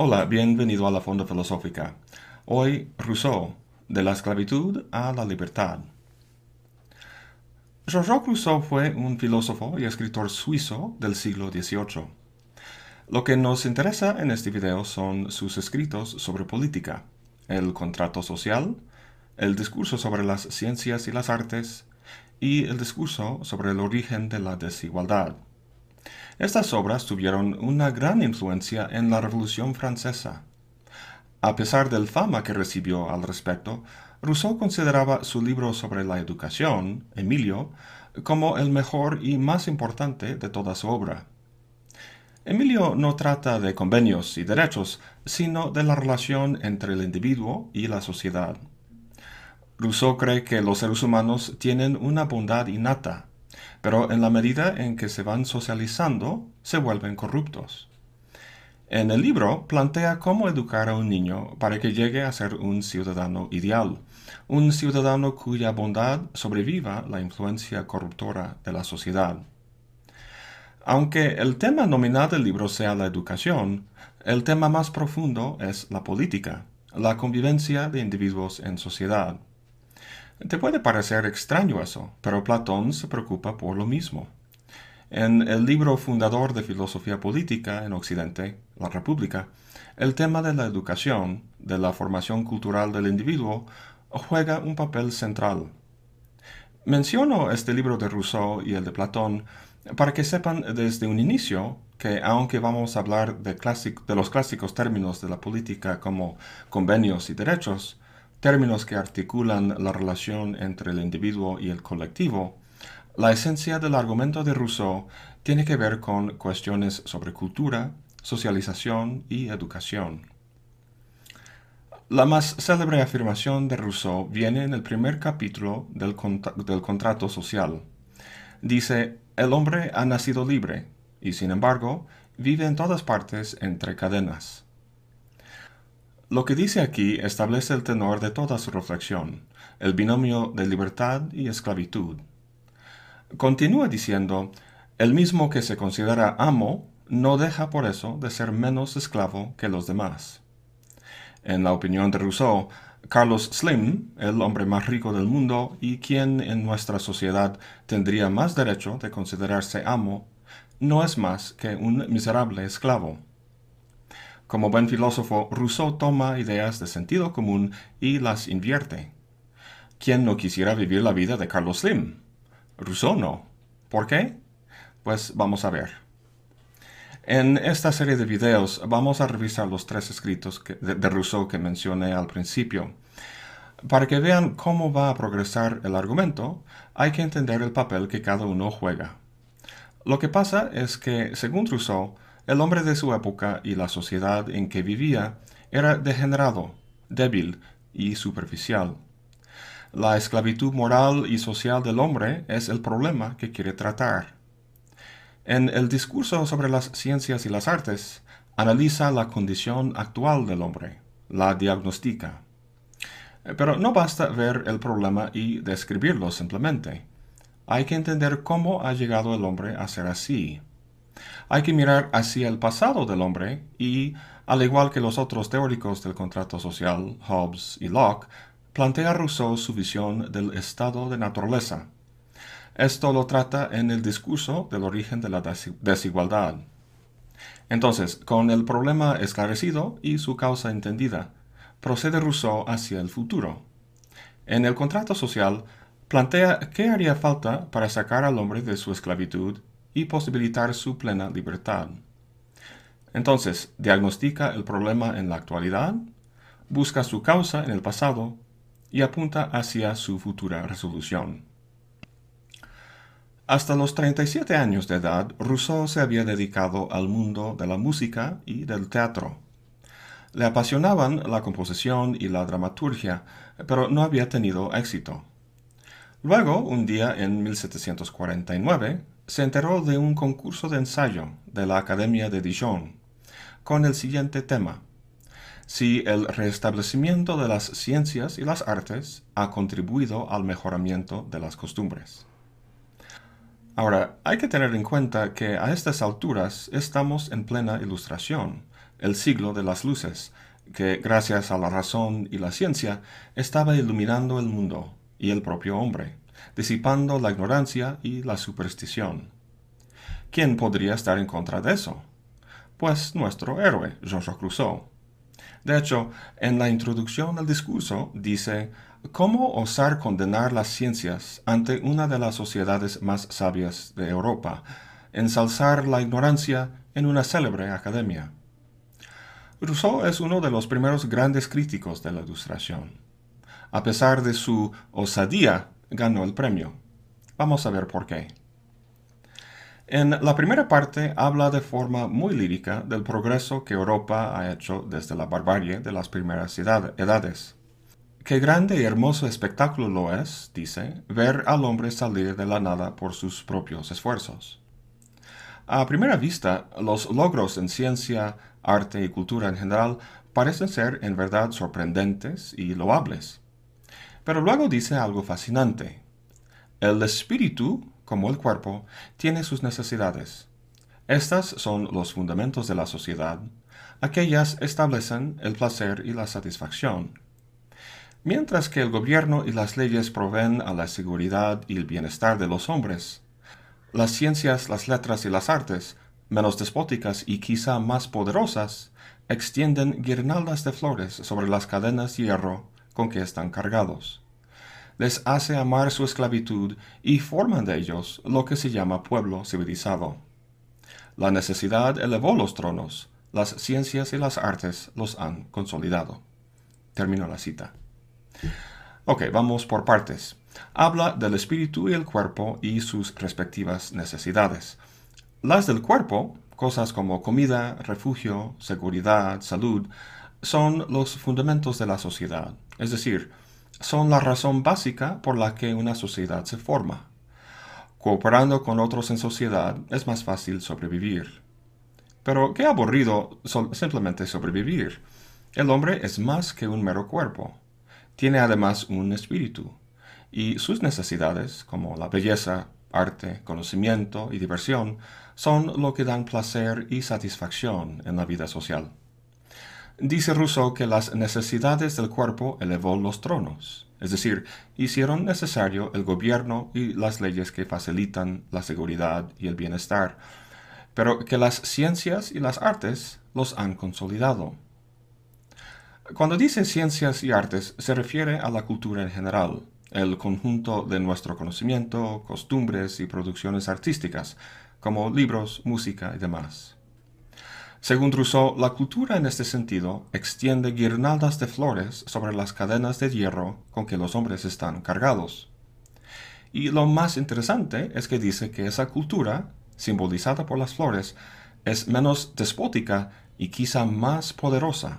Hola, bienvenido a la Fonda Filosófica. Hoy, Rousseau, de la esclavitud a la libertad. Jean-Jacques Rousseau fue un filósofo y escritor suizo del siglo XVIII. Lo que nos interesa en este video son sus escritos sobre política, el contrato social, el discurso sobre las ciencias y las artes, y el discurso sobre el origen de la desigualdad. Estas obras tuvieron una gran influencia en la Revolución Francesa. A pesar del fama que recibió al respecto, Rousseau consideraba su libro sobre la educación, Emilio, como el mejor y más importante de toda su obra. Emilio no trata de convenios y derechos, sino de la relación entre el individuo y la sociedad. Rousseau cree que los seres humanos tienen una bondad innata, pero en la medida en que se van socializando, se vuelven corruptos. En el libro plantea cómo educar a un niño para que llegue a ser un ciudadano ideal, un ciudadano cuya bondad sobreviva la influencia corruptora de la sociedad. Aunque el tema nominal del libro sea la educación, el tema más profundo es la política, la convivencia de individuos en sociedad. Te puede parecer extraño eso, pero Platón se preocupa por lo mismo. En el libro fundador de filosofía política en Occidente, La República, el tema de la educación, de la formación cultural del individuo, juega un papel central. Menciono este libro de Rousseau y el de Platón para que sepan desde un inicio que aunque vamos a hablar de los clásicos términos de la política como convenios y derechos, términos que articulan la relación entre el individuo y el colectivo, la esencia del argumento de Rousseau tiene que ver con cuestiones sobre cultura, socialización y educación. La más célebre afirmación de Rousseau viene en el primer capítulo del contrato social. Dice, el hombre ha nacido libre, y sin embargo, vive en todas partes entre cadenas. Lo que dice aquí establece el tenor de toda su reflexión, el binomio de libertad y esclavitud. Continúa diciendo, el mismo que se considera amo no deja por eso de ser menos esclavo que los demás. En la opinión de Rousseau, Carlos Slim, el hombre más rico del mundo y quien en nuestra sociedad tendría más derecho de considerarse amo, no es más que un miserable esclavo. Como buen filósofo, Rousseau toma ideas de sentido común y las invierte. ¿Quién no quisiera vivir la vida de Carlos Slim? Rousseau no. ¿Por qué? Pues vamos a ver. En esta serie de videos vamos a revisar los tres escritos de Rousseau que mencioné al principio. Para que vean cómo va a progresar el argumento, hay que entender el papel que cada uno juega. Lo que pasa es que, según Rousseau, el hombre de su época y la sociedad en que vivía era degenerado, débil y superficial. La esclavitud moral y social del hombre es el problema que quiere tratar. En el discurso sobre las ciencias y las artes, analiza la condición actual del hombre, la diagnostica. Pero no basta ver el problema y describirlo simplemente. Hay que entender cómo ha llegado el hombre a ser así. Hay que mirar hacia el pasado del hombre y, al igual que los otros teóricos del contrato social, Hobbes y Locke, plantea Rousseau su visión del estado de naturaleza. Esto lo trata en el discurso del origen de la desigualdad. Entonces, con el problema esclarecido y su causa entendida, procede Rousseau hacia el futuro. En el contrato social, plantea qué haría falta para sacar al hombre de su esclavitud y posibilitar su plena libertad. Entonces, diagnostica el problema en la actualidad, busca su causa en el pasado y apunta hacia su futura resolución. Hasta los 37 años de edad, Rousseau se había dedicado al mundo de la música y del teatro. Le apasionaban la composición y la dramaturgia, pero no había tenido éxito. Luego, un día en 1749, se enteró de un concurso de ensayo de la Academia de Dijon, con el siguiente tema: si el restablecimiento de las ciencias y las artes ha contribuido al mejoramiento de las costumbres. Ahora, hay que tener en cuenta que a estas alturas estamos en plena Ilustración, el siglo de las luces, que gracias a la razón y la ciencia estaba iluminando el mundo y el propio hombre, disipando la ignorancia y la superstición. ¿Quién podría estar en contra de eso? Pues nuestro héroe, Jean-Jacques Rousseau. De hecho, en la introducción al discurso dice: ¿cómo osar condenar las ciencias ante una de las sociedades más sabias de Europa, ensalzar la ignorancia en una célebre academia? Rousseau es uno de los primeros grandes críticos de la Ilustración. A pesar de su osadía, ganó el premio. Vamos a ver por qué. En la primera parte habla de forma muy lírica del progreso que Europa ha hecho desde la barbarie de las primeras edades. Qué grande y hermoso espectáculo lo es, dice, ver al hombre salir de la nada por sus propios esfuerzos. A primera vista, los logros en ciencia, arte y cultura en general parecen ser en verdad sorprendentes y loables. Pero luego dice algo fascinante. El espíritu, como el cuerpo, tiene sus necesidades. Estas son los fundamentos de la sociedad. Aquellas establecen el placer y la satisfacción. Mientras que el gobierno y las leyes proveen a la seguridad y el bienestar de los hombres, las ciencias, las letras y las artes, menos despóticas y quizá más poderosas, extienden guirnaldas de flores sobre las cadenas de hierro con que están cargados. Les hace amar su esclavitud y forman de ellos lo que se llama pueblo civilizado. La necesidad elevó los tronos, las ciencias y las artes los han consolidado. Termino la cita. Ok, vamos por partes. Habla del espíritu y el cuerpo y sus respectivas necesidades. Las del cuerpo, cosas como comida, refugio, seguridad, salud, son los fundamentos de la sociedad, es decir, son la razón básica por la que una sociedad se forma. Cooperando con otros en sociedad es más fácil sobrevivir. Pero qué aburrido simplemente sobrevivir. El hombre es más que un mero cuerpo. Tiene además un espíritu, y sus necesidades, como la belleza, arte, conocimiento y diversión, son lo que dan placer y satisfacción en la vida social. Dice Rousseau que las necesidades del cuerpo elevó los tronos, es decir, hicieron necesario el gobierno y las leyes que facilitan la seguridad y el bienestar, pero que las ciencias y las artes los han consolidado. Cuando dice ciencias y artes, se refiere a la cultura en general, el conjunto de nuestro conocimiento, costumbres y producciones artísticas, como libros, música y demás. Según Rousseau, la cultura en este sentido extiende guirnaldas de flores sobre las cadenas de hierro con que los hombres están cargados. Y lo más interesante es que dice que esa cultura, simbolizada por las flores, es menos despótica y quizá más poderosa.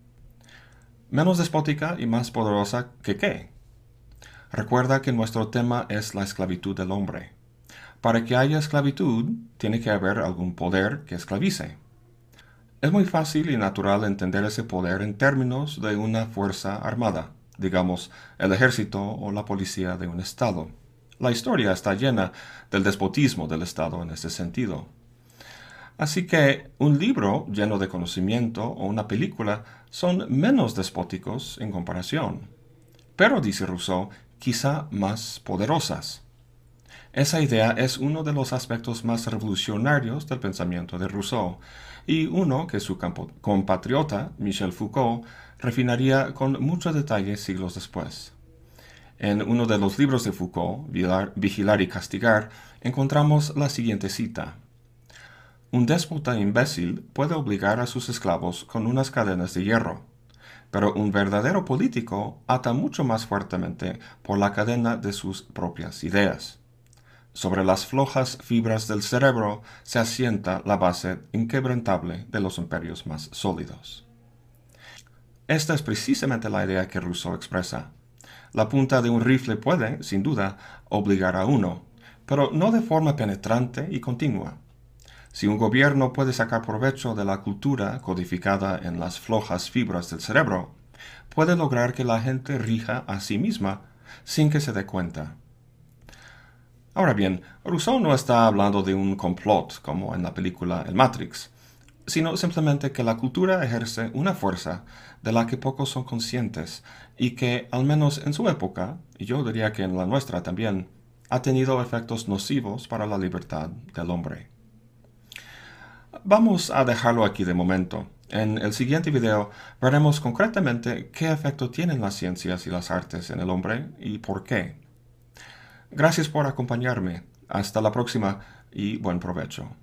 Menos despótica y más poderosa que ¿qué? Recuerda que nuestro tema es la esclavitud del hombre. Para que haya esclavitud, tiene que haber algún poder que esclavice. Es muy fácil y natural entender ese poder en términos de una fuerza armada, digamos, el ejército o la policía de un estado. La historia está llena del despotismo del estado en este sentido. Así que un libro lleno de conocimiento o una película son menos despóticos en comparación. Pero, dice Rousseau, quizá más poderosas. Esa idea es uno de los aspectos más revolucionarios del pensamiento de Rousseau, y uno que su compatriota, Michel Foucault, refinaría con mucho detalle siglos después. En uno de los libros de Foucault, Vigilar y Castigar, encontramos la siguiente cita. Un déspota imbécil puede obligar a sus esclavos con unas cadenas de hierro, pero un verdadero político ata mucho más fuertemente por la cadena de sus propias ideas. Sobre las flojas fibras del cerebro se asienta la base inquebrantable de los imperios más sólidos. Esta es precisamente la idea que Rousseau expresa. La punta de un rifle puede, sin duda, obligar a uno, pero no de forma penetrante y continua. Si un gobierno puede sacar provecho de la cultura codificada en las flojas fibras del cerebro, puede lograr que la gente rija a sí misma sin que se dé cuenta. Ahora bien, Rousseau no está hablando de un complot como en la película El Matrix. sino simplemente que la cultura ejerce una fuerza de la que pocos son conscientes y que, al menos en su época, y yo diría que en la nuestra también, ha tenido efectos nocivos para la libertad del hombre. Vamos a dejarlo aquí de momento. En el siguiente video veremos concretamente qué efecto tienen las ciencias y las artes en el hombre y por qué. Gracias por acompañarme. Hasta la próxima y buen provecho.